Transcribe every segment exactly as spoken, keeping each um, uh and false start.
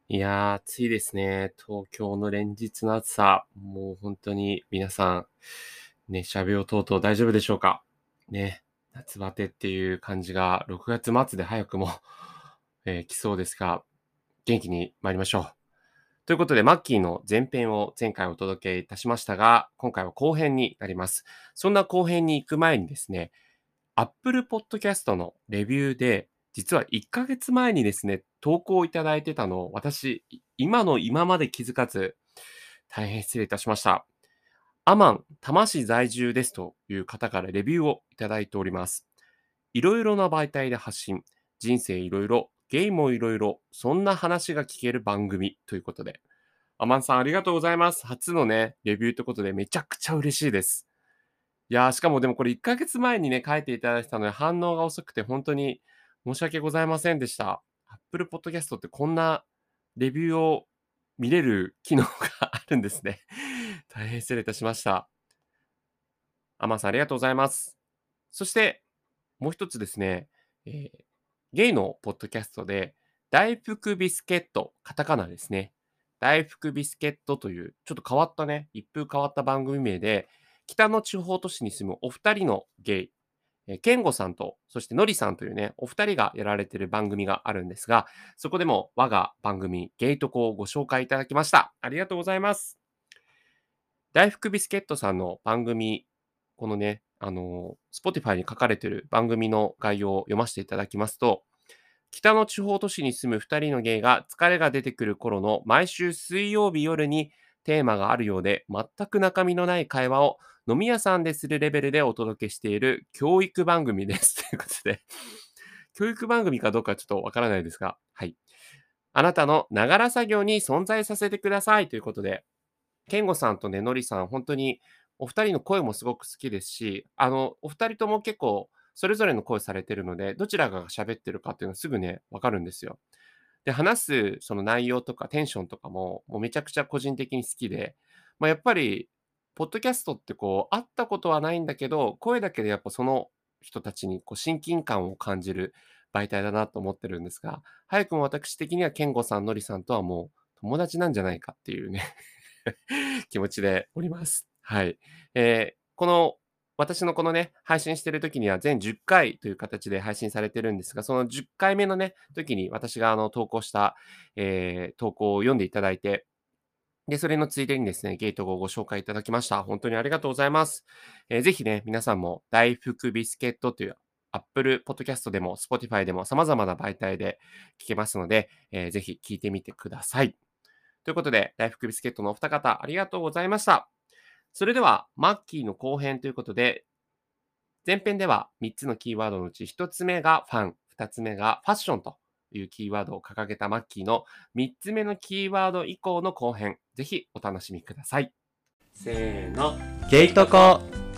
いやー、暑いですね。東京の連日の暑さ。もう本当に皆さん、ね、車病等々大丈夫でしょうか？ね、夏バテっていう感じがろくがつ末で早くもえー来そうですが、元気に参りましょう。ということで、マッキーの前編を前回お届けいたしましたが、今回は後編になります。そんな後編に行く前にですね、Apple Podcast のレビューで、実はいっかげつまえにですね、投稿をいただいてたのを、私、い今の今まで気づかず、大変失礼いたしました。アマン、多摩市在住ですという方からレビューをいただいております。いろいろな媒体で発信、人生いろいろ、ゲイもいろいろ、そんな話が聞ける番組ということで、アマンさんありがとうございます。初のね、レビューということでめちゃくちゃ嬉しいです。いやー、しかもでもこれいっかげつまえにね、書いていただいてたので、反応が遅くて本当に申し訳ございませんでした。Apple Podcast ってこんなレビューを見れる機能があるんですね。大変失礼いたしました。アマンさんありがとうございます。そして、もう一つですね、えーゲイのポッドキャストで、大福ビスケット、カタカナですね。大福ビスケットという、ちょっと変わったね、一風変わった番組名で、北の地方都市に住むお二人のゲイ、えーケンゴさんと、そしてノリさんというね、お二人がやられている番組があるんですが、そこでも我が番組、ゲイトコをご紹介いただきました。ありがとうございます。大福ビスケットさんの番組、このね、あの、Spotify に書かれている番組の概要を読ませていただきますと、北の地方都市に住むふたりのゲイが疲れが出てくる頃の毎週水曜日夜にテーマがあるようで、全く中身のない会話を飲み屋さんでするレベルでお届けしている教育番組です。ということで、教育番組かどうかちょっとわからないですが、はい。あなたのながら作業に存在させてくださいということで、ケンゴさんとねのりさん、本当にお二人の声もすごく好きですし、あの、お二人とも結構それぞれの声されてるので、どちらが喋ってるかっていうのはすぐね、わかるんですよ。で、話すその内容とかテンションとかも、もうめちゃくちゃ個人的に好きで、まあ、やっぱり、ポッドキャストってこう、会ったことはないんだけど、声だけでやっぱその人たちにこう親近感を感じる媒体だなと思ってるんですが、早くも私的にはケンゴさん、のりさんとはもう友達なんじゃないかっていうね気持ちでおります。はい。えーこの、私のこのね、配信してる時には全じゅっかいという形で配信されてるんですが、そのじゅっかいめのね、時に私があの投稿した、えー投稿を読んでいただいて、で、それのついでにですね、ゲートをご紹介いただきました。本当にありがとうございます。えーぜひね、皆さんも大福ビスケットという Apple Podcast でも Spotify でも様々な媒体で聞けますので、えーぜひ聞いてみてください。ということで、大福ビスケットのお二方、ありがとうございました。それでは、マッキーの後編ということで、前編ではみっつのキーワードのうちひとつめがファン、ふたつめがファッションというキーワードを掲げたマッキーのみっつめのキーワード以降の後編、ぜひお楽しみください。せーの。 ゲイトコ。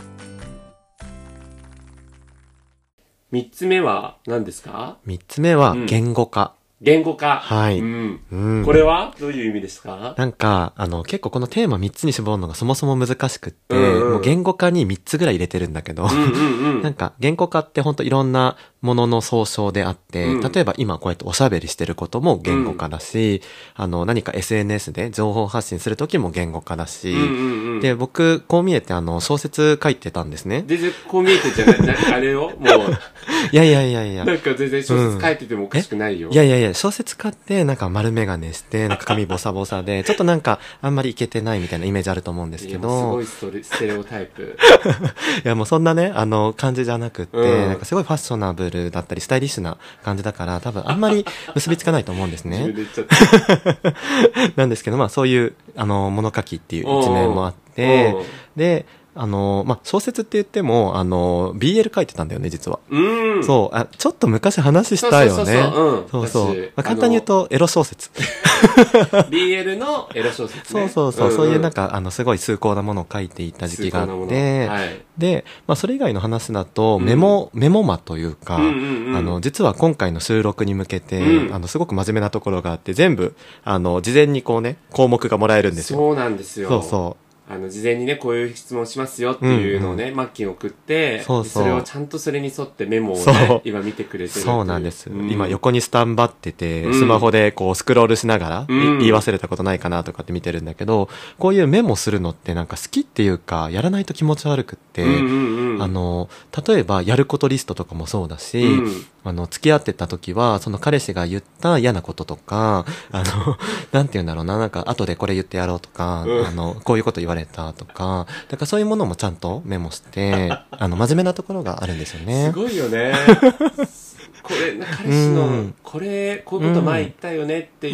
みっつめは何ですか？ 三つ目はうん言語化。 言語化。 はいうん。 うん。 これはどういう意味ですか？ なんか、あの、結構このテーマみっつに絞るのがそもそも難しくって、 うんうんもう言語化にみっつぐらい入れてるんだけど、 うんうんうなんん。 か言語化ってほんといろんなものの総称であって、 うん例えば今こうやっておしゃべりしてることも言語化だし、あの、何か エスエヌエス で情報発信するときも言語化だし、 うんうんうん。 で、僕、こう見えてあの、小説書いてたんですね。 全然こう見えてじゃない。なあれよもう、 いやいやいやいや。 なんか全然小説書いててもおかしくないよ。 いやいやいや、小説家ってなんか丸眼鏡して、なんか髪ボサボサで、ちょっとなんかあんまりイケてないみたいなイメージあると思うんですいやけど。 もうすごいストレステレオタイプ。 いやもうそんなね、あの、感じじゃなくって、 うんなんかすごいファッショナブルだったり、スタイリッシュな感じだから、多分あんまり結びつかないと思うんです自分ね。 で言っちゃった。 なんですけど、まあそういう、あの、物書きっていう一面もあって、 うんで、あの、まあ小説って言っても、あの、ビーエル 書いてたんだよね、実は。 うん。 そう、あ、ちょっと昔話したよね。 そうそうそうそううんそうそう私まあ簡単に言うと、エロ小説。 ビーエル のエロ小説そうね。 そうそう、 んんそういうなんか、あの、すごい崇高なものを書いていた時期があ崇高なものって、 はいで、まあ、それ以外の話だと、 うんメモ、メモマというか、 うんうんうんあの、実は今回の収録に向けて、 うんあの、すごく真面目なところがあって、全部、あの、事前にこうね、項目がもらえるんですよ。 そうなんですよ。 そうそう。 あの、事前にね、こういう質問しますよっていうのをね、うんうん、マッキーに送って、 そうそう。 それをちゃんとそれに沿ってメモをね、今見てくれてる。 そうなんです。うん、今横にスタンバってて、スマホでこうスクロールしながら、うん、言い忘れたことないかなとかって見てるんだけど、こういうメモするのってなんか好きっていうか、やらないと気持ち悪くって、うんうんうん、あの、例えばやることリストとかもそうだし、うん、あの、付き合ってた時は、その彼氏が言った嫌なこととか、あの、なんて言うんだろうな、なんか後でこれ言ってやろうとか、うん、あの、こういうこと言われたとか、だからそういうものもちゃんとメモして、あの、真面目なところがあるんですよね。 すごいよね。これ、彼氏の、うん、これ、こういうこと前言ったよねっていう、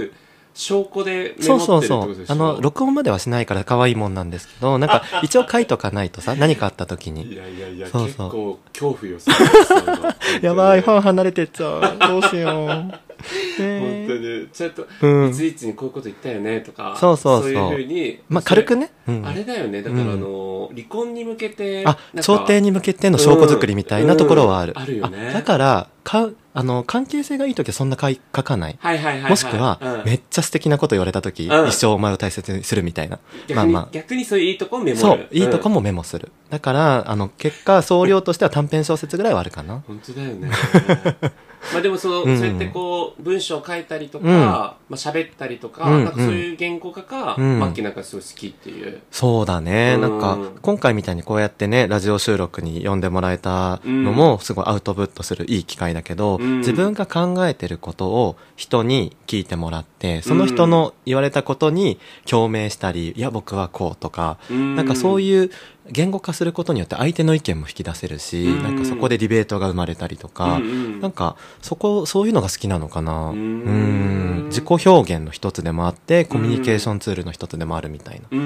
うん証拠でメモってるってことでしょ。そうそうそう。あの、録音まではしないから可愛いもんなんですけど、なんか一応書いとかないとさ、何かあった時に。 いやいやいや、 そうそう、結構恐怖よ、それ。やばい、ファン離れてっちゃう。どうしよう。 本当にちょっといついつにこういうこと言ったよねとか、 そうそうそう、 そういうふうに、 まあ軽くね、 うん、あれだよね、だからあの、うん、離婚に向けてあ調停に向けての証拠作りみたいなところはある、 うんうん、あるよね。 だからかあの関係性がいい時はそんな書かない、 はいはいはいはい、 もしくは、うん、めっちゃ素敵なこと言われた時、うん、一生お前を大切にするみたいな、 まあまあ逆にそういういいとこをメモる、 そういいとこもメモする、うん、だからあの結果総量としては短編小説ぐらいはあるかな。 本当だよね。まあでもその、うん、そうやってこう文章を書いたりとか、うん、まあ喋ったりとか、うん、なんかそういう言語化が、うん、マッキーなんかすごい好きっていう。 そうだね、うん、なんか今回みたいにこうやってねラジオ収録に呼んでもらえたのもすごいアウトプットするいい機会だけど、うん、自分が考えてることを人に聞いてもらってその人の言われたことに共鳴したり、いや僕はこうとか、うん、なんかそういう言語化することによって相手の意見も引き出せるし、うん、なんかそこでディベートが生まれたりとか、うん、なんかそこそういうのが好きなのかな。うん、自己表現の一つでもあってコミュニケーションツールの一つでもあるみたいな。うん、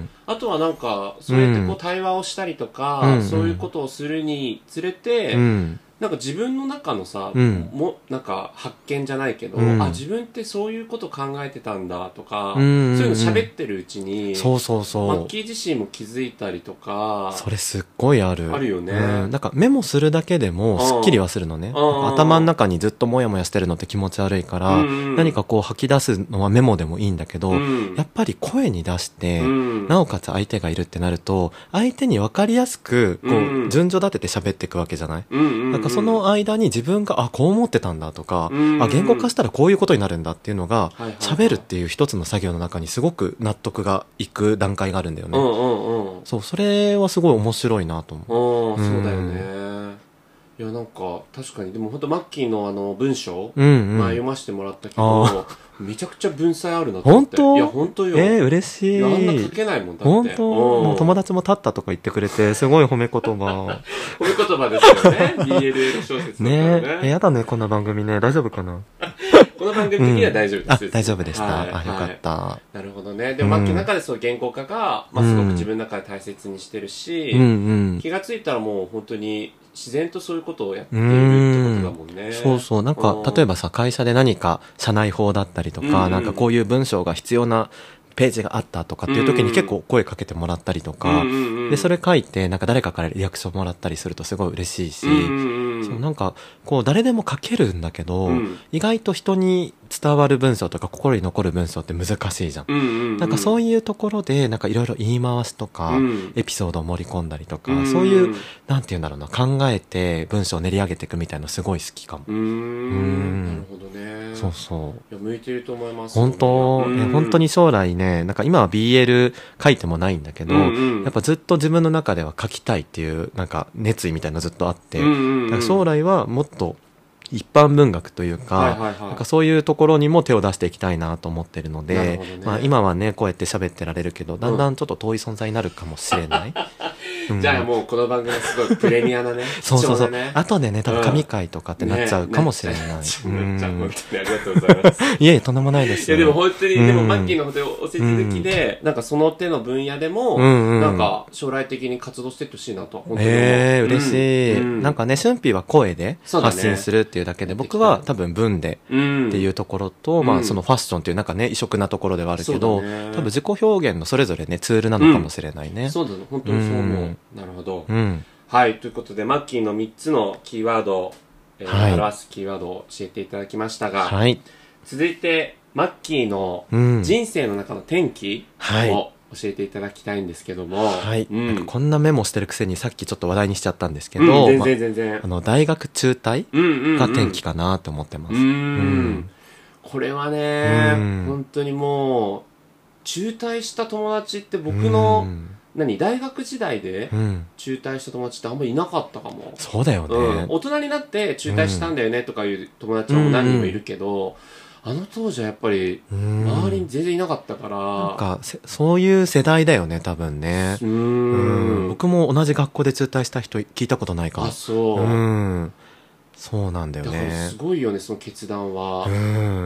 あとはなんかそうやってこう対話をしたりとか、うん、そういうことをするにつれて、うん、なんか自分の中のさ、うん、もなんか発見じゃないけど、うん、あ自分ってそういうこと考えてたんだとか、うんうんうん、そういうの喋ってるうちに、 そうそうそう、 マッキー自身も気づいたりとか、 それすっごいある。 あるよね。 うん、なんかメモするだけでもすっきりはするのね。頭の中にずっとモヤモヤしてるのって気持ち悪いから、うんうん、何かこう吐き出すのはメモでもいいんだけど、うん、やっぱり声に出して、うん、なおかつ相手がいるってなると、相手に分かりやすくこう、うん、順序立てて喋っていくわけじゃない。うんうんうん、なんかその間に自分があこう思ってたんだとか、うんうん、あ言語化したらこういうことになるんだっていうのが喋、はいはい、るっていう一つの作業の中にすごく納得がいく段階があるんだよね。うんうんうん、そうそれはすごい面白いなと思う。 あ、うん、そうだよね。いやなんか確かにでも本当マッキーのあの文章、うんうん、まあ、読ませてもらったけどめちゃくちゃ文才あるなと思って。 本当？ いや本当よ。 えー、嬉しい。 いやあんな書けないもんだって。 本当？もう友達も立ったとか言ってくれてすごい褒め言葉。 褒め言葉ですよね。ビーエルエル 小説とかね。 ねえ、やだねこんな番組ね。大丈夫かな。 この番組的には大丈夫です。 うん、あ大丈夫でした。はい、あよかった、はい。なるほどね。でもマッキーの中でそう言語化が、まあ、すごく自分の中で大切にしてるし、うんうん、気がついたらもう本当に自然とそういうことをやっているってことだもんね。 そうそう。なんか例えばさ会社で何か社内法だったりとか、うんうん、なんかこういう文章が必要なページがあったとかっていう時に結構声かけてもらったりとか、うんうんうん、でそれ書いてなんか誰かからリアクションもらったりするとすごい嬉しいし、うんうんうん、そうなんかこう誰でも書けるんだけど、うん、意外と人に伝わる文章とか心に残る文章って難しいじゃん。うんうんうん、なんかそういうところでなんかいろいろ言い回しとか、うん、エピソードを盛り込んだりとか、うん、そういうなんていうんだろうな考えて文章を練り上げていくみたいなのすごい好きかも。うーん、 うんなるほどね。 そうそう。 いや向いてると思います。 本当、うん、本当に将来ねなんか今は ビーエル 書いてもないんだけど、うんうん、やっぱずっと自分の中では書きたいっていうなんか熱意みたいなのずっとあって、うんうんうん、だから将来はもっと一般文学というか、はいはいはい、なんかそういうところにも手を出していきたいなと思ってるので、ね、まあ、今はねこうやって喋ってられるけどだんだんちょっと遠い存在になるかもしれない、 うん、じゃあもうこの番組はすごいプレミアなねそうそうそう、ね、後でね多分神回とかってなっちゃうかもしれない、 ねね、うん、じゃあ本当にありがとうございますいえとんでもないです。 いやでも本当に、うん、でもマッキーのお手続きで、うん、なんかその手の分野でも、うんうん、なんか将来的に活動していってほしいなと本当に思う。 えー、嬉しい、うん、なんかね春辟は声で発信するっていうだけで、ね、僕は多分文でっていうところと、うん、まあそのファッションっていうなんかね異色なところではあるけど、ね、多分自己表現のそれぞれねツールなのかもしれないね、 うん、そうだね本当にそう思う、うん、なるほど、うん、はいということでマッキーのみっつのキーワード、えーはい、表すキーワードを教えていただきましたが、はい、続いてマッキーの人生の中の転機を教えていただきたいんですけども。 はい、 うん、 なんかこんなメモしてるくせにさっきちょっと話題にしちゃったんですけど、 うん、全然全然、まあの大学中退が転機かなと思ってます。 うん、うん、これはね、 うん、 本当にもう中退した友達って僕の、うん、何大学時代で中退した友達ってあんまりいなかったかも。 そうだよね、 うん、大人になって中退したんだよねとかいう友達も何人もいるけど、うん、あの当時はやっぱり周りに全然いなかったから、 なんかそういう世代だよね多分ね。うん、うん、僕も同じ学校で中退した人聞いたことないから。 あ、そう、 うん、そうなんだよね。 だからすごいよねその決断は。 うん、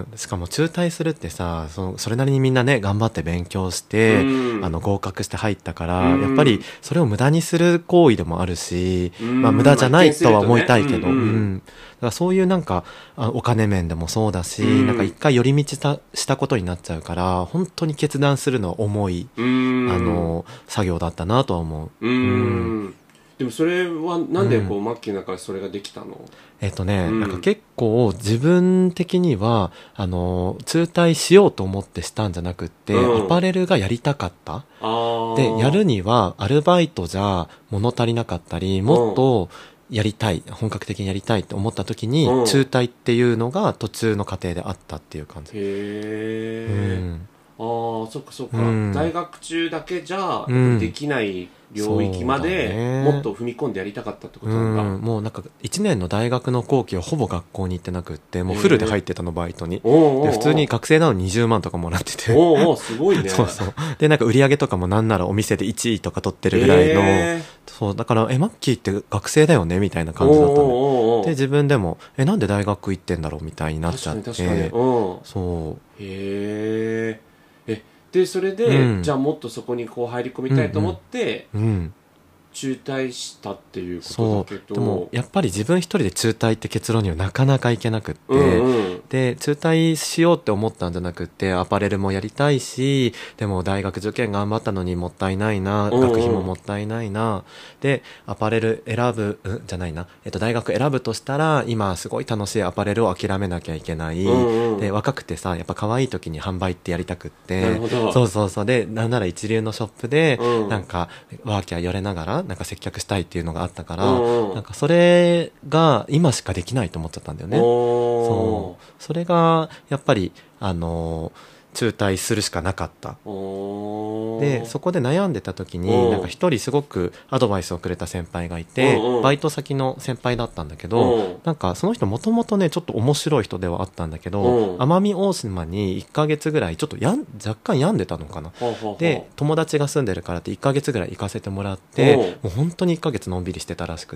しかも中退するってさ、そのそれなりにみんなね頑張って勉強して、うん、あの合格して入ったから、うん、やっぱりそれを無駄にする行為でもあるし、うん、まあ無駄じゃないとは思いたいけど、うんうんうん、だからそういうなんかお金面でもそうだし、うん、なんか一回寄り道したしたことになっちゃうから本当に決断するのは重い、うん、あの作業だったなとは思う。うん、うんでもそれはなんでこう、うん、マッキーの中でそれができたの？ えっとね、うん、なんか結構自分的にはあの中退しようと思ってしたんじゃなくって、うん、アパレルがやりたかった。でやるにはアルバイトじゃ物足りなかったり、もっとやりたい、本格的にやりたいと思った時に、うん、中退っていうのが途中の過程であったっていう感じ。へえ、うん、ああそっかそっか、うん、在学中だけじゃできない領域までもっと踏み込んでやりたかったってことなんだ。 うん、もうなんかいちねんの大学の後期はほぼ学校に行ってなくって、もうフルで入ってたのバイトに。で普通に学生なのににじゅうまんとかもらってて、 おーおーすごいね。 そうそう。でなんか売り上げとかもなんならお店でいちいとか取ってるぐらいの、えー、そうだからえマッキーって学生だよねみたいな感じだったので、自分でもえなんで大学行ってんだろうみたいになっちゃって、確かに確かに、うん、そう。 へえ。でそれで、うん、じゃあもっとそこにこう入り込みたいと思って、うんうん、中退したっていうことだけど、 そうでもやっぱり自分一人で中退って結論にはなかなかいけなくって、うんうん、で中退しようって思ったんじゃなくってアパレルもやりたいし、でも大学受験頑張ったのにもったいないな、うんうん、学費ももったいないなでアパレル選ぶ、うん、じゃないな、えっと、大学選ぶとしたら今すごい楽しいアパレルを諦めなきゃいけない、うんうん、で若くてさやっぱ可愛い時に販売ってやりたくって、そうそうそうでなんなら一流のショップで、うん、なんかワーキャー寄れながらなんか接客したいっていうのがあったから、うんうん、なんかそれが今しかできないと思っちゃったんだよね。そうそれがやっぱりあの中退するしかなかった。でそこで悩んでた時になんか一人すごくアドバイスをくれた先輩がいて、バイト先の先輩だったんだけど、なんかその人もともとねちょっと面白い人ではあったんだけど、奄美大島にいっかげつぐらいちょっとやん若干病んでたのかな。で友達が住んでるからっていっかげつぐらい行かせてもらって、もう本当にいっかげつのんびりしてたらしくって、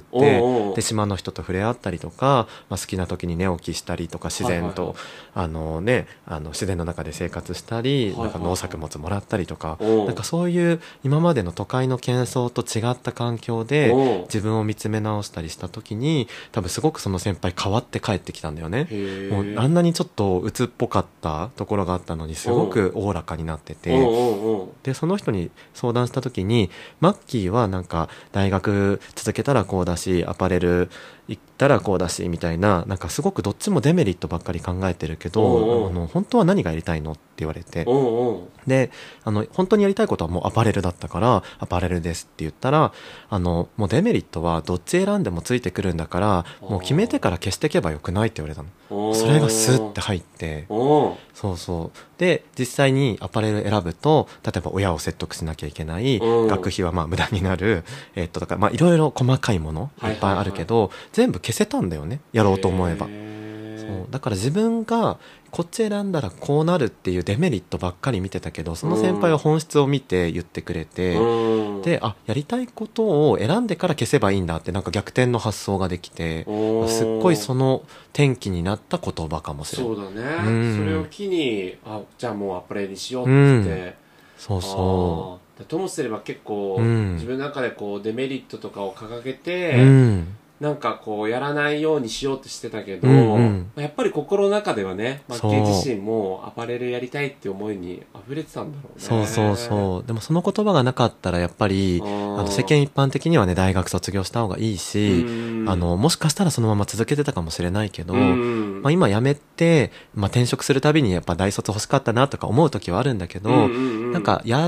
で島の人と触れ合ったりとか、まあ、好きな時に寝起きしたりとか自然と、あのねあの自然の中で生活したり、なんか農作物もらったりとか、なんかそういう今までの都会の喧騒と違った環境で自分を見つめ直したりした時に、多分すごくその先輩変わって帰ってきたんだよね。もうあんなにちょっと鬱っぽかったところがあったのにすごくおおらかになってて、でその人に相談した時に、マッキーはなんか大学続けたらこうだしアパレル行ったらこうだしみたいな、なんかすごくどっちもデメリットばっかり考えてるけど、あの本当は何がやりたいのって言われて、であの本当にやりたいことはもうアパレルだったからアパレルですって言ったら、あのもうデメリットはどっち選んでもついてくるんだからもう決めてから消していけばよくないって言われたの。それがスッて入って、そうそうで実際にアパレル選ぶと例えば親を説得しなきゃいけない、学費はまあ無駄になる、えっとだからまあいろいろ細かいものいっぱいあるけど、全部消せたんだよね、やろうと思えば。そうだから自分がこっち選んだらこうなるっていうデメリットばっかり見てたけど、その先輩は本質を見て言ってくれて、うん、であやりたいことを選んでから消せばいいんだって、なんか逆転の発想ができて、すっごいその転機になった言葉かもしれない。 そうだね、うん、それを機にあじゃあもうアプレにしようって言って、うん、 そうそうともすれば結構、うん、自分の中でこうデメリットとかを掲げて、 うんなんかこうやらないようにしようとしてたけど、うんうん、やっぱり心の中ではね、マッケン自身もアパレルやりたいって思いに溢れてたんだろうね。 そうそうそう。でもその言葉がなかったらやっぱりあの世間一般的にはね大学卒業した方がいいし、あのもしかしたらそのまま続けてたかもしれないけど、まあ、今辞めて、まあ、転職するたびにやっぱ大卒欲しかったなとか思う時はあるんだけど、うんうんうん、なんかやっ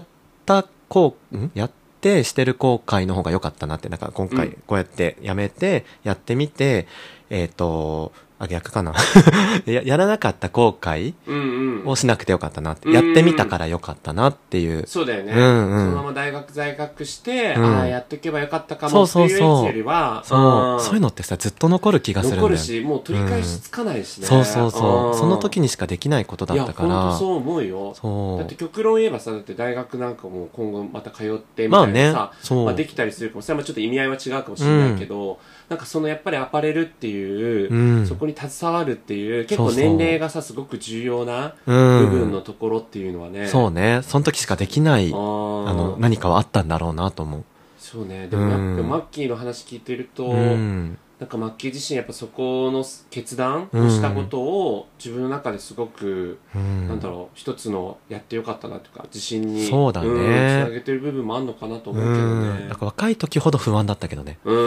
ったこう、んやってしてる後悔の方が良かったなって、なんか今回こうやってやめてやってみて、うん、えっ、ー、と、あ、逆かなや。やらなかった後悔をしなくてよかったなって、うんうん、やってみたからよかったなっていう。 そうだよね。うんうん、そのまま大学在学して、うん、ああ、やっとけばよかったかもっていうやつよりは、 そうそうそう。そういうのってさ、ずっと残る気がするんだよ。 残るし、もう取り返しつかないしね。 うん、そうそうそう。その時にしかできないことだったから。いや、 本当そう思うよ。そう。だって極論言えばさ、だって大学なんかも今後また通ってみたいなさ、まあね、そうまあ、できたりするかも。それはちょっと意味合いは違うかもしれないけど、うん、なんかそのやっぱりアパレルっていう、うん、そこに携わるっていう結構年齢がさすごく重要な部分のところっていうのはね、 うん、そうね、その時しかできないあの何かはあったんだろうなと思う。 そうね、でもやっぱ、うん、マッキーの話聞いてると、うんなんかマッキー自身やっぱそこの決断をしたことを自分の中ですごく、うん、なんだろう一つのやってよかったなというか自信にそうだね、うん、つなげてる部分もあるのかなと思うけどね、うん、 なんか若い時ほど不安だったけどね、うん、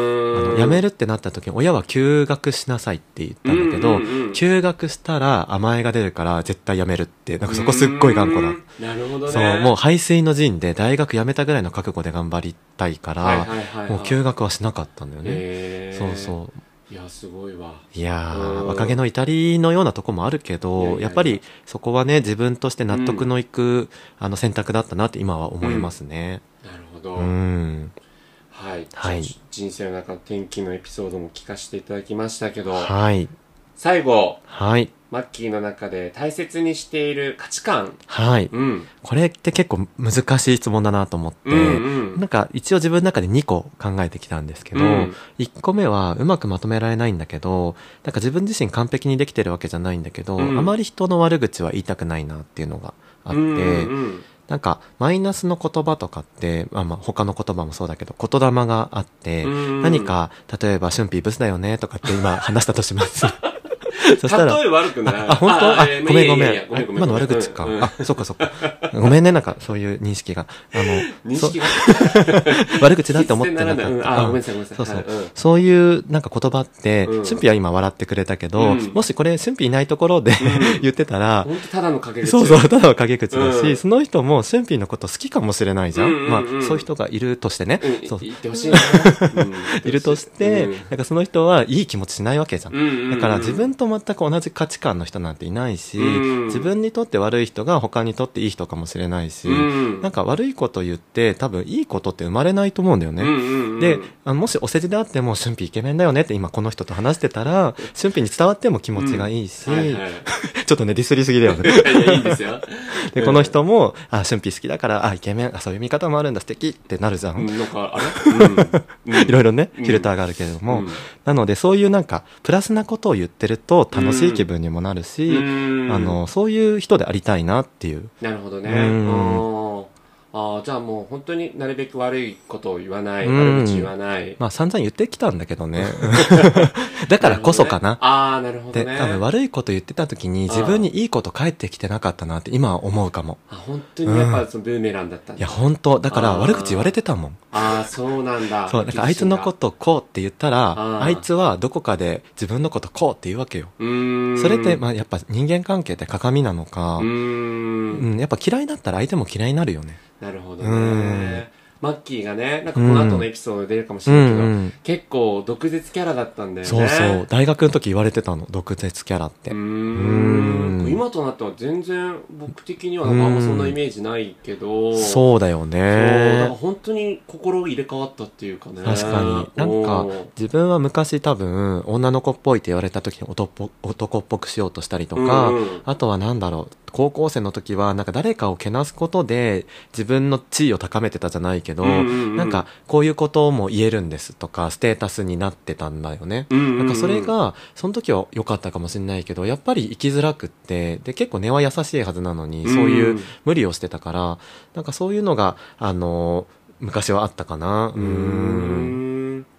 あの辞めるってなった時に親は休学しなさいって言ったんだけど、うんうんうん、休学したら甘えが出るから絶対辞めるってなんかそこすっごい頑固だ。 なるほどね。 そうもう背水の陣で大学辞めたぐらいの覚悟で頑張りたいから、はいはいはいはい、もう休学はしなかったんだよね。そうそういやすごいわ。 いやー若気の至りのようなとこもあるけど、いやいやいややっぱりそこはね自分として納得のいく、うん、あの選択だったなって今は思いますね、 うん、なるほど、 うんはい、はい、人生の中の転機のエピソードも聞かせていただきましたけど、 はい、 最後、 はい、 マッキーの中で大切にしている価値観、 はい、うん、これって結構難しい質問だなと思って、うんうん、なんか一応自分の中でにこ考えてきたんですけど、うん、いっこめはうまくまとめられないんだけど、なんか自分自身完璧にできてるわけじゃないんだけど、うん、あまり人の悪口は言いたくないなっていうのがあって、うんうんうんなんかマイナスの言葉とかって、まあ、まあ他の言葉もそうだけど言霊があって、何か例えば春辟ブスだよねとかって今話したとしますそしたら例え悪くないあ、本当あ、ごめんごめん。今の悪口か。あ、そっかそっか。ごめんね、なんかそういう認識が。あの、 認識が悪口だって思ってなかった。 あ、ごめんなさいごめんなさい。 そうそう。そういうなんか言葉って、春辟は今笑ってくれたけど、もしこれ春辟いないところで言ってたら、 本当ただの陰口。 そうそう、ただの陰口だし、その人も春辟のこと好きかもしれないじゃん。まあ、そういう人がいるとしてね。 そう。言ってほしいな。 いるとして、なんかその人はいい気持ちしないわけじゃん。だから自分と全く同じ価値観の人なんていないし、自分にとって悪い人が他にとっていい人かもしれないし、なんか悪いこと言って多分いいことって生まれないと思うんだよね。で、あのもしお世辞であっても春辟イケメンだよねって今この人と話してたら春辟に伝わっても気持ちがいいし、はいはい、ちょっとねディスりすぎだよね。 いやいいですよ。 でこの人もあ春辟好きだからあイケメンあそういう見方もあるんだ素敵ってなるじゃん。 なんかあれ、 いろいろねフィルターがあるけれども、うん、なのでそういうなんかプラスなことを言ってると楽しい気分にもなるし、うん、あのそういう人でありたいなっていう。 なるほどね。うんあじゃあもう本当になるべく悪いことを言わない、悪口言わない。 まあ散々言ってきたんだけどね。だからこそかな。 なね、ああ、なるほどね。 で、多分悪いこと言ってた時に自分にいいこと返ってきてなかったなって今は思うかも。 あ本当にやっぱそのブーメランだったんだ、 うん、いや本当だから悪口言われてたもん。 ああ、そうなんだ。 そう、だからあいつのことこうって言ったら、あ, あいつはどこかで自分のことこうって言うわけよ。うーんそれってまあやっぱ人間関係って鏡なのか、うーん、うん、やっぱ嫌いだったら相手も嫌いになるよね。 なるほどね。マッキーがね、なんかこの後のエピソード出るかもしれないけど、うん、結構毒舌キャラだったんだよね。 そうそう。大学の時言われてたの、毒舌キャラって。うーん。今となっては全然僕的にはなんかあんまそんなイメージないけど。 そうだよね。 そう。だから本当に心入れ替わったっていうかね。 確かに。なんか自分は昔多分女の子っぽいって言われた時に 男, 男っぽくしようとしたりとか、うんうん、あとはなんだろう。高校生の時はなんか誰かをけなすことで自分の地位を高めてたじゃないけど、うんうんうん、なんかこういうことも言えるんですとかステータスになってたんだよね、うんうんうん、なんかそれがその時は良かったかもしれないけどやっぱり生きづらくってで結構根は優しいはずなのに、うんうん、そういう無理をしてたからなんかそういうのがあの昔はあったかな。うーん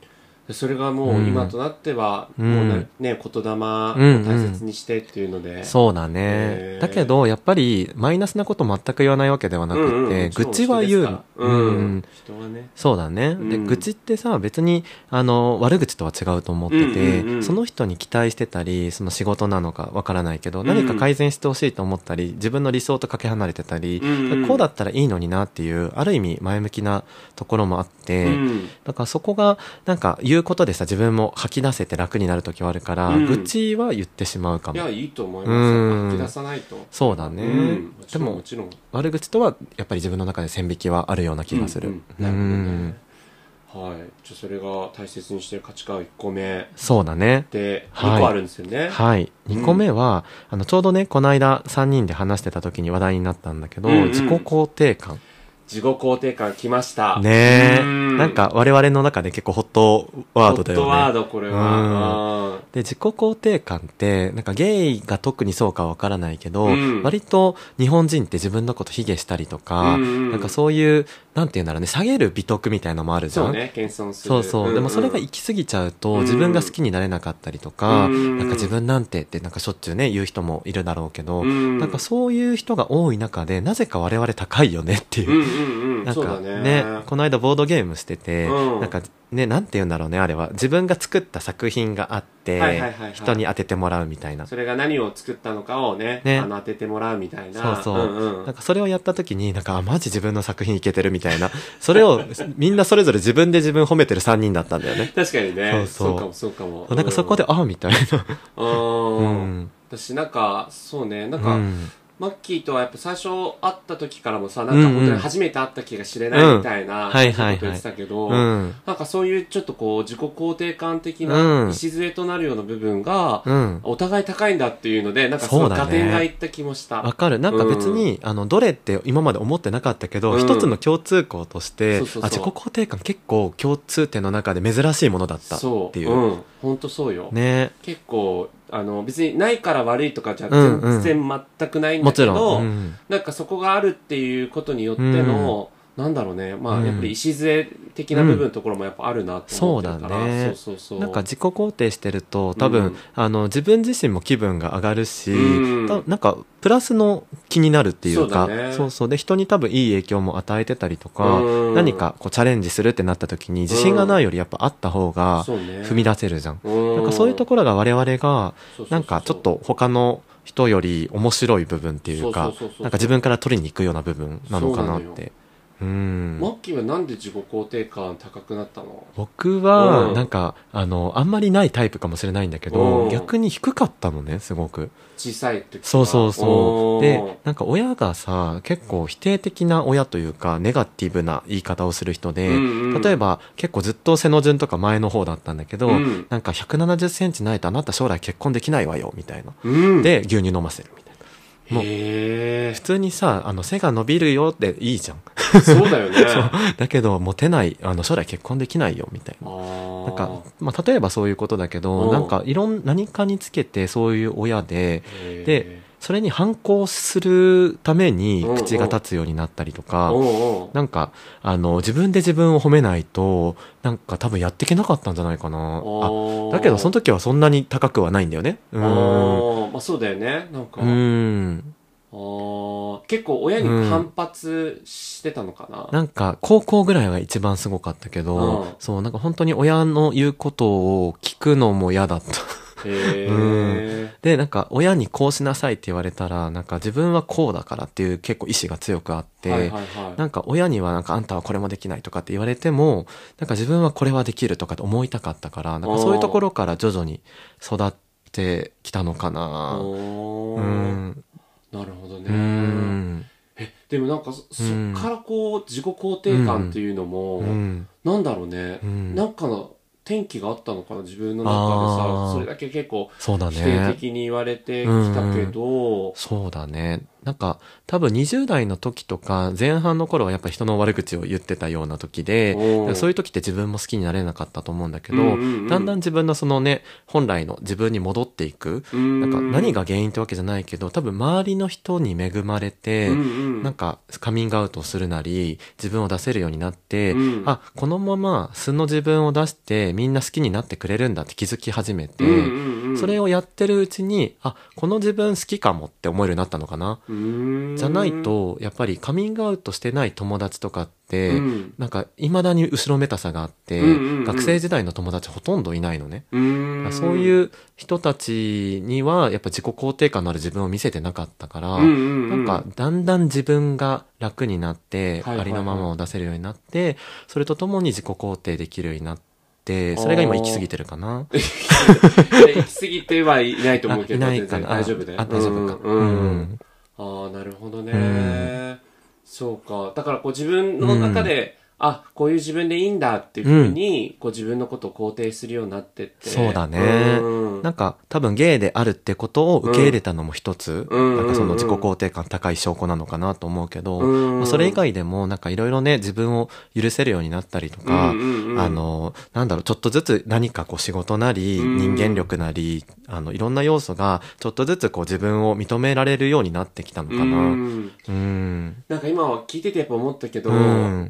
それがもう今となっては、 うん、 もうね、言霊を大切にしてっていうので。うんうん、 そうだね。だけど、やっぱり、マイナスなこと全く言わないわけではなくて、うんうん、愚痴は言う。 うん、うん。人はね。 そうだね。で、愚痴ってさ、別に、あの、悪口とは違うと思ってて、うんうんうん、その人に期待してたり、その仕事なのかわからないけど、何か改善してほしいと思ったり、自分の理想とかけ離れてたり、うんうん、こうだったらいいのになっていう、ある意味前向きなところもあって、うん、だからそこが、なんか言うことでさ、自分も吐き出せて楽になる時はあるから、うん、愚痴は言ってしまうかも。 いや、いいと思います。吐き出さないと。 そうだね。うん、でも、もちろん悪口とはやっぱり自分の中で線引きはあるような気がする。うんうん、なるほどね。 はい。じゃあそれが大切にしてる価値観いっこめ。 そうだね。 で、にこあるんですよね。 はい。はい、にこめは、うん、あの、ちょうどね、この間さんにんで話してた時に話題になったんだけど、うんうん、自己肯定感。 自己肯定感来ました。 ねえ。なんか我々の中で結構ホットワードだよね。 ホットワード、これは。 で、自己肯定感って、なんかゲイが特にそうかわからないけど、うん、割と日本人って自分のこと卑下したりとか、うんうん、なんかそういう、なんていうんだろうね、下げる美徳みたいなのもあるじゃん。 そうね、謙遜する。 そうそう。うんうん、でもそれが行き過ぎちゃうと、自分が好きになれなかったりとか、うん、なんか自分なんてってなんかしょっちゅうね、言う人もいるだろうけど、うん、なんかそういう人が多い中で、なぜか我々高いよねっていう。うんうんうん、なんかね、ね、この間ボードゲームしてて、うん、なんかね、なんて言うんだろうね、あれは。自分が作った作品があって、はいはいはいはい、人に当ててもらうみたいな。 それが何を作ったのかをね、ね、あの当ててもらうみたいな。 そうそう。うんうん、なんかそれをやった時に、なんか、あ、マジ自分の作品いけてるみたいな。それを、みんなそれぞれ自分で自分褒めてるさんにんだったんだよね。 確かにね。そうそう。そうかもそうかも。 なんかそこで、うん、あ、みたいな。 うん。私なんか、そうね、なんか、うん、マッキーとはやっぱ最初会った時からもさ、なんか本当に初めて会った気が知れないみたいなこと言ってたけど、なんかそういうちょっとこう自己肯定感的な礎となるような部分が、お互い高いんだっていうので、なんかその加点がいった気もした。 わかる。なんか別に、あの、どれって今まで思ってなかったけど、一つの共通項として、あ、自己肯定感結構共通点の中で珍しいものだったっていう。 うん。本当そうよ。 ね。 結構、あの別にないから悪いとかじゃ全然全くないんだけど、うんうん、なんかそこがあるっていうことによっての、うん、なんだろうね、まあやっぱり礎的な部分のところもやっぱあるなと思ってるから、うん、そうだね。そうそうそう。 なんか自己肯定してると多分、うん、あの自分自身も気分が上がるし、うん、なんかプラスの気になるっていうか、そうだね、そうそうで人に多分いい影響も与えてたりとか、うん、何かこうチャレンジするってなった時に自信がないよりやっぱあった方が踏み出せるじゃん。うん、なんかそういうところが我々がなんかちょっと他の人より面白い部分っていうか、なんか自分から取りに行くような部分なのかなって。うん。 マッキーはなんで自己肯定感高くなったの？ 僕は、なんか、あの、あんまりないタイプかもしれないんだけど、逆に低かったのね、すごく。 小さい時は。 そうそうそう。で、なんか親がさ、結構否定的な親というか、ネガティブな言い方をする人で、うんうん、例えば結構ずっと背の順とか前の方だったんだけど、うん、なんかひゃくななじゅっセンチないとあなた将来結婚できないわよ、みたいな。うん、で、牛乳飲ませるみたいな。もう普通にさ、あの背が伸びるよっていいじゃん。 そうだよね。そうだけどモテない、あの将来結婚できないよみたいな。なんか、まあ、例えばそういうことだけど、なんかいろん何かにつけてそういう親で、でそれに反抗するために口が立つようになったりとか、なんかあの自分で自分を褒めないとなんか多分やっていけなかったんじゃないかな。あ、だけどその時はそんなに高くはないんだよね。うん。 あ、まあそうだよね。なんか。うん。あ、結構親に反発してたのかな、 うん、なんか高校ぐらいが一番すごかったけど、うん、そうなんか本当に親の言うことを聞くのも嫌だった。へー、うん、でなんか親にこうしなさいって言われたらなんか自分はこうだからっていう結構意志が強くあって、はいはいはい、なんか親にはなんかあんたはこれもできないとかって言われてもなんか自分はこれはできるとかって思いたかったからなんかそういうところから徐々に育ってきたのかな。うん、 なるほどね。うん、えでもなんか そ, そっからこう自己肯定感っていうのも、うん、なんだろうね、うん、なんかの転機があったのかな自分の中でさ。それだけ結構否定的に言われてきたけど、 うん、そうだね。 なんか多分にじゅう代の時とか前半の頃はやっぱ人の悪口を言ってたような時で、そういう時って自分も好きになれなかったと思うんだけど、うんうんうん、だんだん自分のそのね本来の自分に戻っていく、なんか何が原因ってわけじゃないけど、多分周りの人に恵まれて、うんうん、なんかカミングアウトするなり自分を出せるようになって、うん、あこのまま素の自分を出してみんな好きになってくれるんだって気づき始めて、うんうんうん、それをやってるうちにあこの自分好きかもって思えるようになったのかな。じゃないとやっぱりカミングアウトしてない友達とかって、うん、なんか未だに後ろめたさがあって、うんうんうん、学生時代の友達ほとんどいないのね。うんそういう人たちにはやっぱ自己肯定感のある自分を見せてなかったから、うんうんうん、なんかだんだん自分が楽になって、はいはいはい、ありのままを出せるようになって、それとともに自己肯定できるようになって、それが今行き過ぎてるかな。 行き過ぎてはいないと思うけど、 いないかな。 大丈夫だよ。 あ、大丈夫か。 うんうんうんああ、なるほどね、うん。そうか。だからこう自分の中で、うん、あ、こういう自分でいいんだっていうふうに、うん、こう自分のことを肯定するようになってって。 そうだね。うん、なんか多分ゲイであるってことを受け入れたのも一つ、うん、なんかその自己肯定感高い証拠なのかなと思うけど、うんまあ、それ以外でもなんかいろいろね、自分を許せるようになったりとか、うんうんうん、あの、なんだろう、ちょっとずつ何かこう仕事なり、人間力なり、あの、いろんな要素がちょっとずつこう自分を認められるようになってきたのかな。うんうん、なんか今は聞いててやっぱ思ったけど、うん、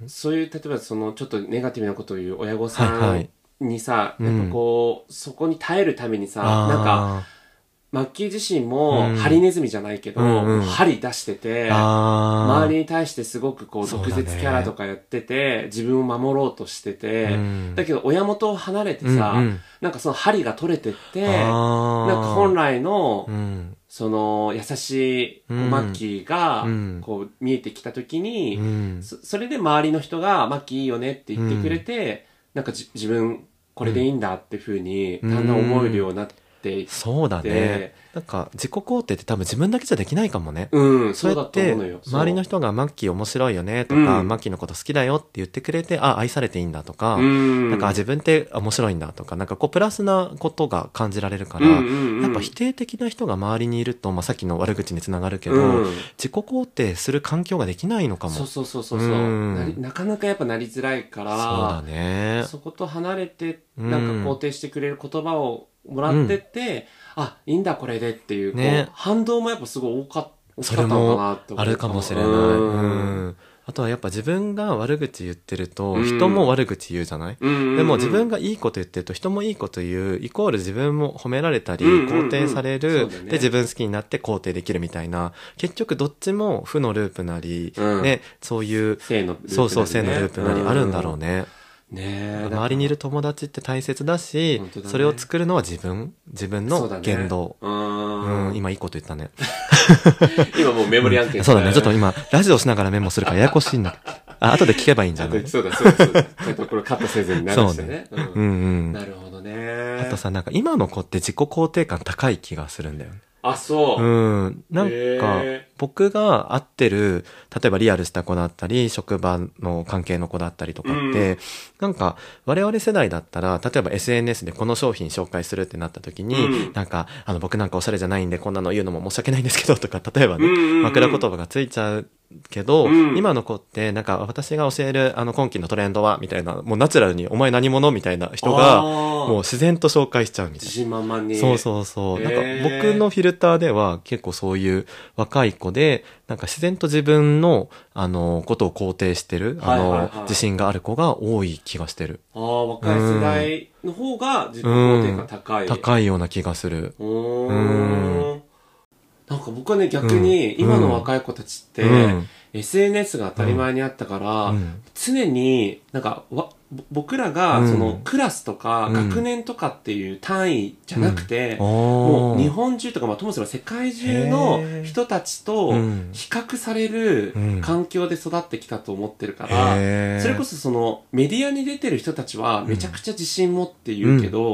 そういう例えばそのちょっとネガティブなことを言う親御さんにさ、はいはい、やっぱこう、うん、そこに耐えるためにさ、なんかマッキー自身もハリネズミじゃないけど、うんうん、針出してて、周りに対してすごくこう毒舌キャラとかやってて、自分を守ろうとしてて、うん、だけど親元を離れてさ、うんうん、なんかその針が取れてって、なんか本来の、うんその優しいマッキーがこう見えてきたときに、うん、そ, それで周りの人がマッキーいいよねって言ってくれて、うん、なんかじ自分これでいいんだっていうふうにだんだん思えるようになっていって、 そうだね。なんか自己肯定って多分自分だけじゃできないかもね。 うん、そうだと思うのよ。 周りの人がマッキー面白いよねとか、うん、マッキーのこと好きだよって言ってくれて、あ、愛されていいんだとか、うん、なんか自分って面白いんだとか、なんかこうプラスなことが感じられるから、うんうんうん、やっぱ否定的な人が周りにいると、まあ、さっきの悪口につながるけど、うん、自己肯定する環境ができないのかも。 そうそうそうそう、うん、なり。なかなかやっぱなりづらいから、 そうだね。 そこと離れて、なんか肯定してくれる言葉をもらってって、うん、あ、いいんだこれでっていう、ね、こう反動もやっぱすごい多かったのかなって思う。 それもあるかもしれない。うんうんあとはやっぱ自分が悪口言ってると人も悪口言うじゃない、うん、でも自分がいいこと言ってると人もいいこと言うイコール自分も褒められたり肯定される、うんうんうん、で自分好きになって肯定できるみたいな結局どっちも負のループなり、うん、ね、そういう正のループなり、ね、 そうそう正のループなりあるんだろうね、 うんね、 周りにいる友達って大切だし、ね、それを作るのは自分自分の言動、う、ね、うん、今いいこと言ったね今もうメモリ案件、 うん、そうだね。ちょっと今ラジオしながらメモするからややこしいんだ。あ、後で聞けばいいんじゃない？ そうだそうだそうだ。ちゃんとこれカットせずに流してね。そうね、うん、うんうん。なるほどね。 あとさ、なんか今の子って自己肯定感高い気がするんだよね。 あ、そう。 うん。なんか、僕が会ってる、例えばリアルした子だったり、職場の関係の子だったりとかって、うん、なんか、我々世代だったら、例えば エスエヌエス でこの商品紹介するってなった時に、うん、なんか、あの、僕なんかおしゃれじゃないんで、こんなの言うのも申し訳ないんですけど、とか、例えばね、うんうんうん、枕言葉がついちゃうけど、うん、今の子ってなんか私が教えるあの今期のトレンドはみたいなもうナチュラルにお前何者みたいな人がもう自然と紹介しちゃうみたいな。 自信満々に。 そうそうそう。なんか僕のフィルターでは結構そういう若い子でなんか自然と自分のあのことを肯定してるあの、はいはいはい、自信がある子が多い気がしてる。 ああ、若い世代の方が自己肯定感高い、 うん、高いような気がする。 うーん。なんか僕はね逆に今の若い子たちって、うん、エスエヌエス が当たり前にあったから、うん、常になんかわ僕らがそのクラスとか学年とかっていう単位じゃなくて、うん、もう日本中とか、まあ、ともすれば世界中の人たちと比較される環境で育ってきたと思ってるから、それこそそのメディアに出てる人たちはめちゃくちゃ自信持って言うけど、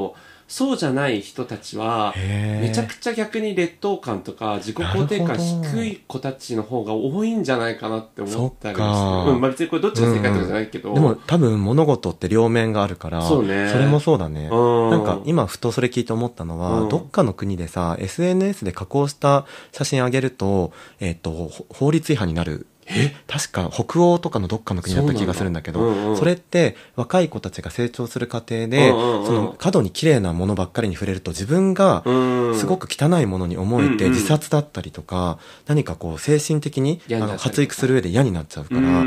そうじゃない人たちは、めちゃくちゃ逆に劣等感とか自己肯定感低い子たちの方が多いんじゃないかなって思ったりして。うん、まあ別にこれどっちが正解とかじゃないけど。 うん、でも多分物事って両面があるから、そうね。それもそうだね。うん、なんか今ふとそれ聞いて思ったのは、うん、どっかの国でさ、エスエヌエス で加工した写真あげると、えっと、法律違反になる。え確か北欧とかのどっかの国だった気がするんだけど、 そ,、うんうん、それって若い子たちが成長する過程で、うんうん、その過度に綺麗なものばっかりに触れると自分がすごく汚いものに思えて自殺だったりとか、うんうん、何かこう精神的にあの発育する上で嫌になっちゃうから、うん、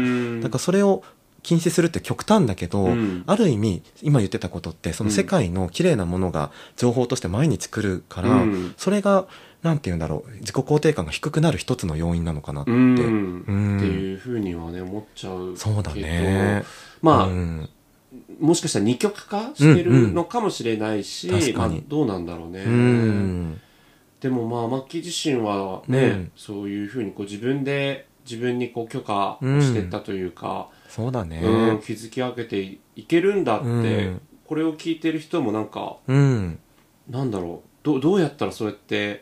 だからそれを禁止するって極端だけど、うん、ある意味今言ってたことってその世界の綺麗なものが情報として毎日来るから、うん、それがなんて言うんだろう、自己肯定感が低くなる一つの要因なのかなって、うん、 うん、っていうふうにはね思っちゃうけど、 そうだね。 まあ、うん、もしかしたら二極化してるのかもしれないし、 うんうん、 まあ、どうなんだろうね。うん、でもまあマッキー自身はね、うん、そういうふうにこう自分で自分にこう許可をしてったというか、 うん、そうだね、 うん、築き上げていけるんだって、うん、これを聞いてる人もなんか、うん、なんだろう、ど, どうやったらそうやって、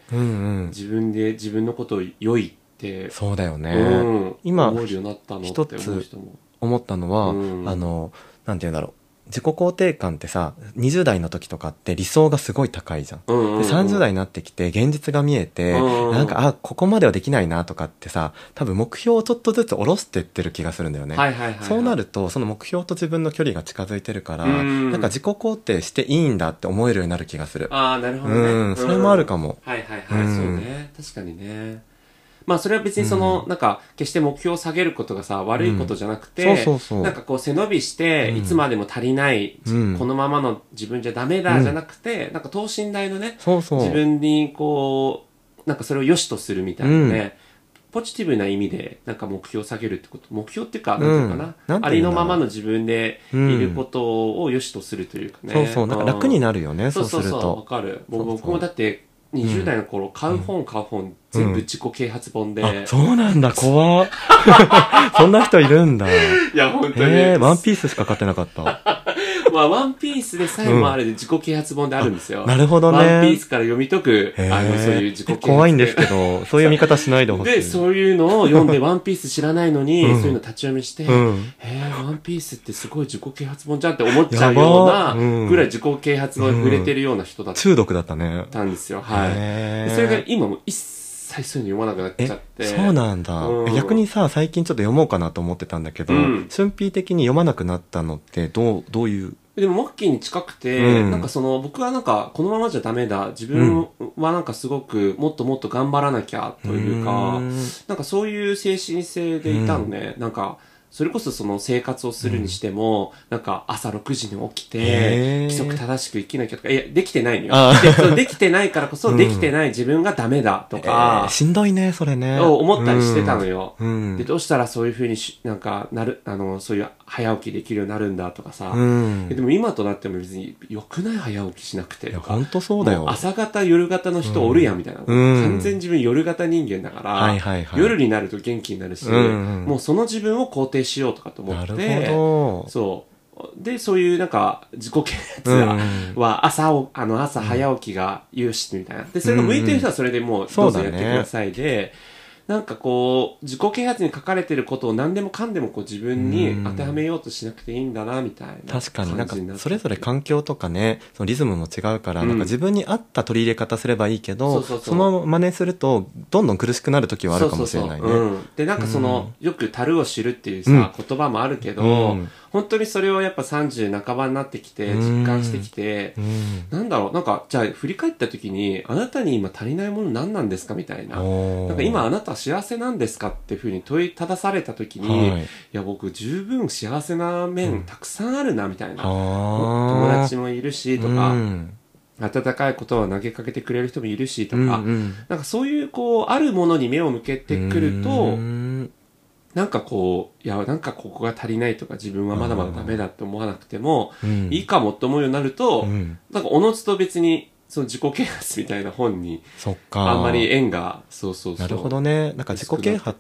うんうん、自分で自分のことを良いってそうだよね、 うん、今思えるようになったのって思う人も思ったのは、うん、あのなんて言うんだろう、自己肯定感ってさ、にじゅう代の時とかって理想がすごい高いじゃん。うんうんうん、でさんじゅう代になってきて現実が見えて、うんうん、なんかあここまではできないなとかってさ、多分目標をちょっとずつ下ろしてってる気がするんだよね。はいはいはいはい、そうなるとその目標と自分の距離が近づいてるから、うん、なんか自己肯定していいんだって思えるようになる気がする。 ああなるほどね。 うん、それもあるかも。 うん、はいはいはい、うん、そうね、確かにね。まあそれは別にその、うん、なんか決して目標を下げることがさ悪いことじゃなくて、うん、そうそうそう、なんかこう背伸びして、うん、いつまでも足りない、うん、このままの自分じゃダメだじゃなくて、うん、なんか等身大のね、そうそう、自分にこうなんかそれを良しとするみたいなね、うん、ポジティブな意味でなんか目標を下げるってこと、目標っていうかなんていうかな、うん、ありのままの自分でいることを良しとするというかね、 そうそう、なんか楽になるよね、うん、そうすると。そうそうそう、わかる。 もう僕もだってにじゅう代の頃、買う本買う本、全部自己啓発本で、うん、 あ、そうなんだ、怖っそんな人いるんだ。いや本当に、 えー、ワンピースしか買ってなかったまあワンピースでさえもあれで自己啓発本であるんですよ、 うん、なるほどね。 ワンピースから読み解くあのそういう自己啓発怖いんですけど、そういう見方しないでほしい。 でそういうのを読んでワンピース知らないのに、うん、そういうの立ち読みして、うん、へえワンピースってすごい自己啓発本じゃんって思っちゃうようなぐらい自己啓発本に触れてるような人だった、 うん、中毒だったね。 たんですよ。はい。でそれが今も一切そういうの読まなくなっちゃって。 そうなんだ、うん、逆にさ最近ちょっと読もうかなと思ってたんだけど、うん、春辟的に読まなくなったのってどうどういう。 でもマッキーに近くて、うん、なんかその僕はなんかこのままじゃダメだ、自分はなんかすごくもっともっと頑張らなきゃというか、うん、なんかそういう精神性でいたのね、うん、なんかそれこそその生活をするにしても、うん、なんか朝ろくじに起きて規則正しく生きなきゃとか、いやできてないのよ。でそのできてないからこそ、できてない自分がダメだとか、 えー、しんどいねそれねを思ったりしてたのよ、うん、でどうしたらそういう風にしなんかなる、あのそういう早起きできるようになるんだとかさ、うん、でも今となっても別に良くない早起きしなくてとか、 本当そうだよ。 朝方夜型の人おるやんみたいな、うん、完全自分夜型人間だから、はいはいはい、夜になると元気になるし、うんうん、もうその自分を肯定しようとかと思って、なるほど、そうでそういうなんか自己啓発は朝を、あの朝早起きが有しみたいな、でそれが向いてる人はそれでもうどうぞやってくださいで、なんかこう自己啓発に書かれてることを何でもかんでもこう自分に当てはめようとしなくていいんだなみたいな。 確かになんかそれぞれ環境とかね、そのリズムも違うから、うん、なんか自分に合った取り入れ方すればいいけど、そうそうそう、その真似するとどんどん苦しくなる時はあるかもしれないね。そうそうそう、うん、 でなんかその、うん、よく樽を知るっていうさ、うん、言葉もあるけど、うん、本当にそれをやっぱさんじゅう半ばになってきて実感してきて、うん、なんだろう、なんかじゃあ振り返った時にあなたに今足りないもの何なんですかみたいな、なんか今あなたは幸せなんですかっていうふうに問いただされた時に、はい、いや僕十分幸せな面たくさんあるなみたいな、うん、友達もいるしとか、うん、温かいことを投げかけてくれる人もいるしとか、うんうん、なんかそういうこうあるものに目を向けてくると、うんなんかこういやなんかここが足りないとか自分はまだまだダメだって思わなくても、うん、いいかもって思うようになると、うん、なんかおのずと別にその自己啓発みたいな本にあんまり縁がそうそうそうなるほどね。なんか自己啓発っ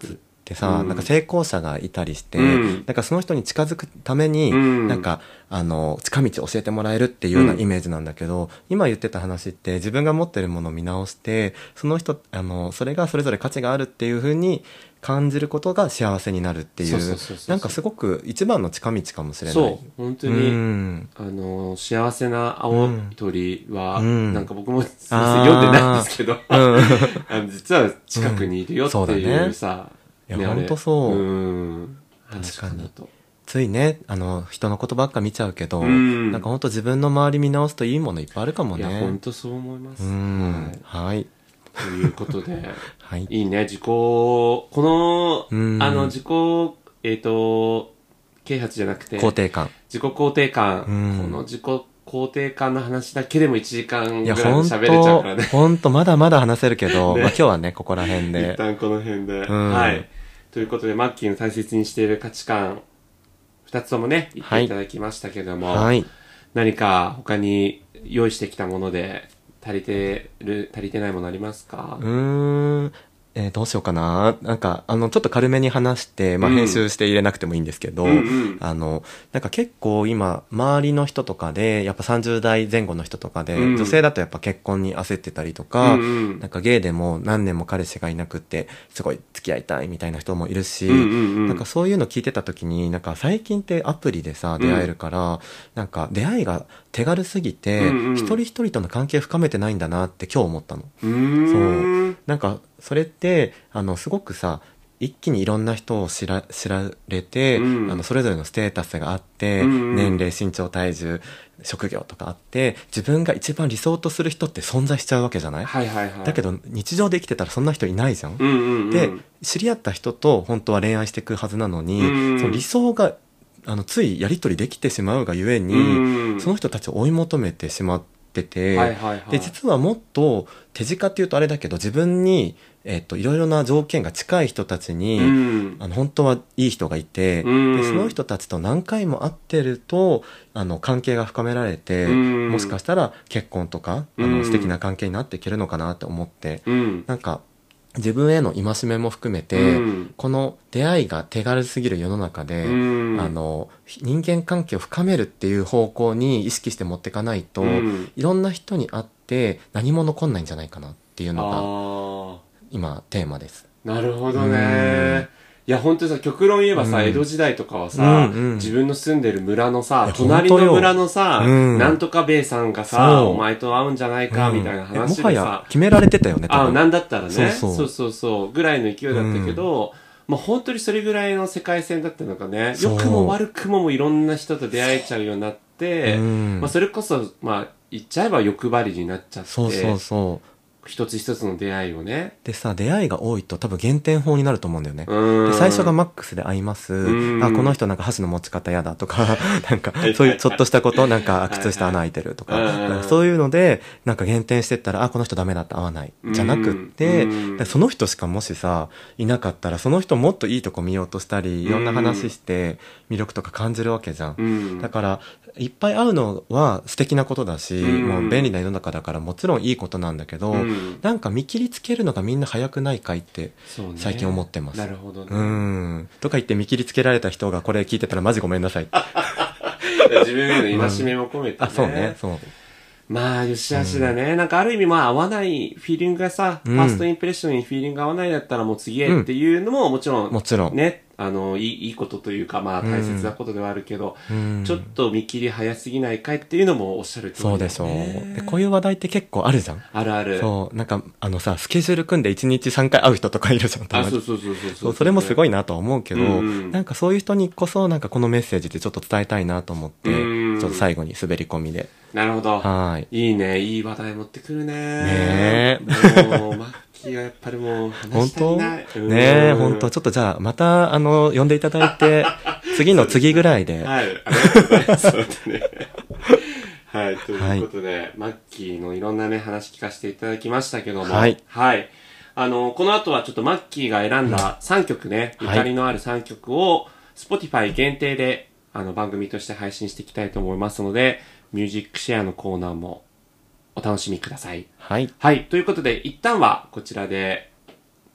ってさ、 うんなんか成功者がいたりして、 うんなんかその人に近づくために、 うんなんかあの近道を教えてもらえるっていうようなイメージなんだけど、今言ってた話って自分が持ってるものを見直して、その人あのそれがそれぞれ価値があるっていう風に感じることが幸せになるっていそうそうそうそうう、なんかすごく一番の近道かもしれない。 そう本当に、 うんあの幸せな青鳥は、 うんなんか僕もすいません読んでないんですけど、 うんあの実は近くにいるよってうんそうだいうねさ、 いやねあれほんとそううん確かに話だとついね、あの、人のことばっか見ちゃうけど、 うんなんか本当自分の周り見直すといいものいっぱいあるかもね。 いや本当そう思います。 うん。 はいはい。 ということで、 はい。 いいね、自己、この、 うんあの、自己、えっ、と、啓発じゃなくて、 肯定感。 自己肯定感、 うんこの自己肯定感の話だけでもいちじかんいや、 ぐらいほん喋れちゃうとからね。、 ほんと、まだまだ話せるけど、 ねまあ今日はね、ここら辺一で。 旦この辺で、 んはい。ということで、マッキーの大切にしている価値観、二つともね、言っていただきましたけども、 はい。 何か他に用意してきたもので、足りてる、足りてないものありますか？ うーん。えーどうしようかな。なんか、あの、ちょっと軽めに話して、まあ、 うん編集して入れなくてもいいんですけど、 うんうんあの、なんか結構今、周りの人とかで、やっぱさんじゅう代前後の人とかで、 うん女性だとやっぱ結婚に焦ってたりとか、 うんうんなんかゲイでも何年も彼氏がいなくって、すごい付き合いたいみたいな人もいるし、 うんうんうんなんかそういうの聞いてた時に、なんか最近ってアプリでさ、出会えるから、なんか出会いが手軽すぎて、 うんうん一人一人との関係深めてないんだなって今日思ったの。 うーん。 なんかそれってあのすごくさ一気にいろんな人を知ら知られて、 うんあのそれぞれのステータスがあって、 うんうん年齢身長体重職業とかあって自分が一番理想とする人って存在しちゃうわけじゃない、 はいはいはい。 だけど日常で生きてたらそんな人いないじゃん、 うんうんうん、 で知り合った人と本当は恋愛していくはずなのに、 うんその理想があのついやり取りできてしまうがゆえに、 うんその人たちを追い求めてしまってて、 はいはいはい、 で実はもっと手近っていうとあれだけど自分に、えっといろいろな条件が近い人たちに、 うんあの本当はいい人がいて、 うんでその人たちと何回も会ってるとあの関係が深められて、 うんもしかしたら結婚とかあうんの素敵な関係になっていけるのかなって思って、 うんなんか自分への戒めも含めて、 うんこの出会いが手軽すぎる世の中で、 うんあの人間関係を深めるっていう方向に意識して持っていかないと、 うんいろんな人に会って何も残んないんじゃないかなっていうのがあ今テーマです。 あなるほどね。いや本当にさ極論言えばさ、 うん江戸時代とかはさ、 うんうん自分の住んでる村のいさや隣の本当よ村のさ、 うんなんとか兵衛さんがさそうお前と会うんじゃないか、みたいなうん話でもはやさ、 決められてたよね多あ分。 なんだったらねそうそうそうそうそうぐらいの勢いだったけど、まあ本当にそれぐらいの世界線だったのかね。 そう良くも悪くももいろんな人と出会えちゃうようになって、 うんまあそれこそまあ言っちゃえば欲張りになっちゃって、 そうそうそう一つ一つの出会いをね。 でさ出会いが多いと多分減点法になると思うんだよね。 うんで最初がマックスで会います、 うんあこの人なんか箸の持ち方嫌だとかなんかいそういうちょっとしたことなんか靴下穴開いてるとか、 はいはいなんかそういうのでなんか減点してったらあこの人ダメだって合わないじゃなくって、 うんでその人しかもしさいなかったらその人もっといいとこ見ようとしたりいろんな話して魅力とか感じるわけじゃん、 うんだからいっぱい会うのは素敵なことだし、 うんもう便利な世の中だからもちろんいいことなんだけど、 うんなんか見切りつけるのがみんな早くないかいってそうね最近思ってます。 なるほどね。 うんとか言って見切りつけられた人がこれ聞いてたらマジごめんなさい。 自分への戒めも込めてね。 あ、そうね、そう。 まあ、よしあしだね。なんかある意味まあ合わないフィーリングがさ、 うんファーストインプレッションにフィーリングが合わないだったらもう次へっていうのももちろん、 もちろん。 ね、あの、いい、いいことというかまあ大切なことではあるけど、 うんちょっと見切り早すぎないかいっていうのもおっしゃる通りだね。 そうでしょう。で、こういう話題って結構あるじゃん。 あるある。 そう。なんか、あのさ、スケジュール組んでいちにちさんかい会う人とかいるじゃん。たまあ、 にそうそうそうそうそうそれもすごいいなとは思うけど、 うんなんかそういう人にこそなんかこのメッセージってちょっと伝えたいなと思って、 うんちょっと最後に滑り込みで。 なるほど。 はい。 いいね。いい話題持ってくるね。 ねえ。もう、マッキーはやっぱりもう話本当したいない。うんねえ、本当ちょっとじゃあ、また、あの、呼んでいただいて、次の次ぐらいで。 はい。ありがとうございます。そうだね。はい。ということで、マッキーのいろんなね、話聞かせていただきましたけども。 はい。 はい。あの、この後はちょっとマッキーが選んださんきょくね、 うんゆかりのあるさんきょくを、Spotify 限定で、あの、番組として配信していきたいと思いますので、ミュージックシェアのコーナーもお楽しみください。 はい。 はい。ということで、一旦はこちらで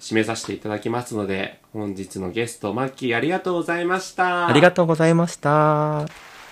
締めさせていただきますので、本日のゲスト、マッキーありがとうございました。 ありがとうございました。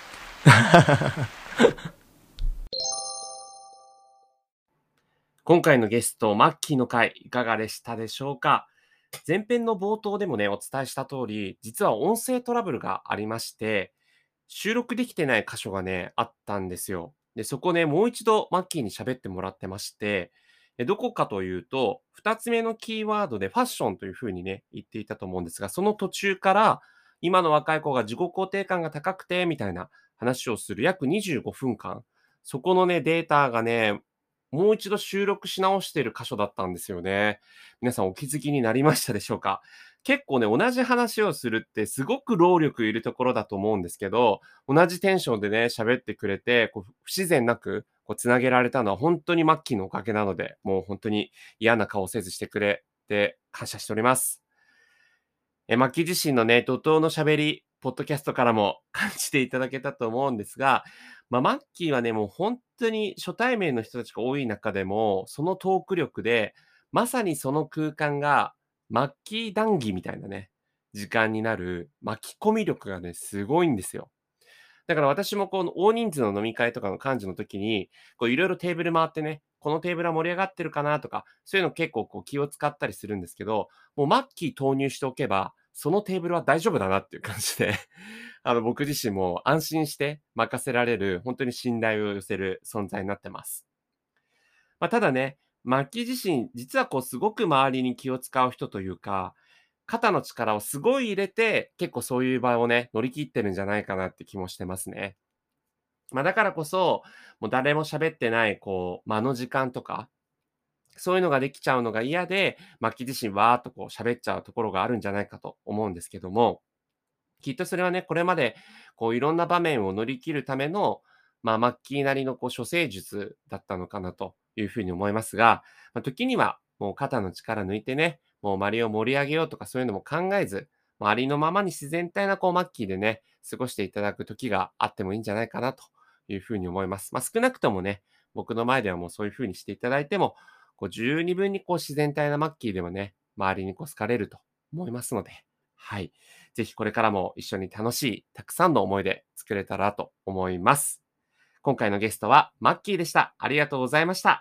今回のゲスト、マッキーの回、いかがでしたでしょうか？前編の冒頭でもね、お伝えした通り、実は音声トラブルがありまして、収録できてない箇所がね、あったんですよ。で、そこね、もう一度マッキーに喋ってもらってまして、でどこかというと、二つ目のキーワードでファッションというふうにね、言っていたと思うんですが、その途中から、今の若い子が自己肯定感が高くて、みたいな話をする約にじゅうごふんかん、そこのね、データがね、もう一度収録し直している箇所だったんですよね。皆さんお気づきになりましたでしょうか？結構ね、同じ話をするってすごく労力いるところだと思うんですけど、同じテンションでね、喋ってくれて、こう不自然なくこうつなげられたのは本当にマッキーのおかげなので、もう本当に嫌な顔せずしてくれて感謝しております。え、マッキー自身のね、怒涛の喋り、ポッドキャストからも感じていただけたと思うんですが、まあ、マッキーはね、もう本当に初対面の人たちが多い中でも、そのトーク力で、まさにその空間がマッキー談義みたいなね、時間になる巻き込み力がね、すごいんですよ。だから私もこの大人数の飲み会とかの幹事の時に、こういろいろテーブル回ってね、このテーブルは盛り上がってるかなとか、そういうの結構こう気を使ったりするんですけど、もうマッキー投入しておけば、そのテーブルは大丈夫だなっていう感じで、あの僕自身も安心して任せられる、本当に信頼を寄せる存在になってます。まあ、ただね、マッキー自身、実はこうすごく周りに気を使う人というか、肩の力をすごい入れて、結構そういう場をね、乗り切ってるんじゃないかなって気もしてますね。まあ、だからこそ、もう誰も喋ってない、こう、間の時間とか、そういうのができちゃうのが嫌で、マッキー自身わーっとこう喋っちゃうところがあるんじゃないかと思うんですけども、きっとそれはね、これまでこういろんな場面を乗り切るための、まあ、マッキーなりのこう処世術だったのかなというふうに思いますが、まあ、時にはもう肩の力抜いてね、もう周りを盛り上げようとかそういうのも考えず、まあありのままに自然体なこうマッキーでね、過ごしていただく時があってもいいんじゃないかなというふうに思います。まあ少なくともね、僕の前ではもうそういうふうにしていただいても、こう十二分にこう自然体なマッキーでもね、周りにこう好かれると思いますので、はい。ぜひこれからも一緒に楽しい、たくさんの思い出作れたらと思います。今回のゲストはマッキーでした。ありがとうございました。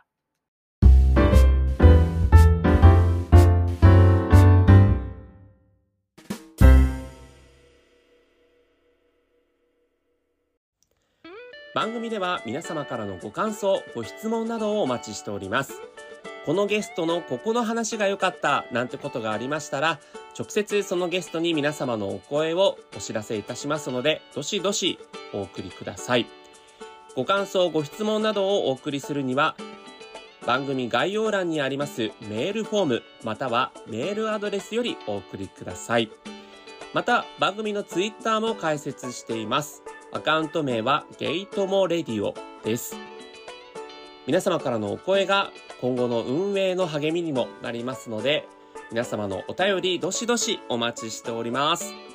番組では皆様からのご感想、ご質問などをお待ちしております。このゲストのここの話が良かったなんてことがありましたら、直接そのゲストに皆様のお声をお知らせいたしますので、どしどしお送りください。ご感想、ご質問などをお送りするには、番組概要欄にありますメールフォームまたはメールアドレスよりお送りください。また番組のツイッターも開設しています。アカウント名はゲイトモレディオです。皆様からのお声が今後の運営の励みにもなりますので、皆様のお便りどしどしお待ちしております。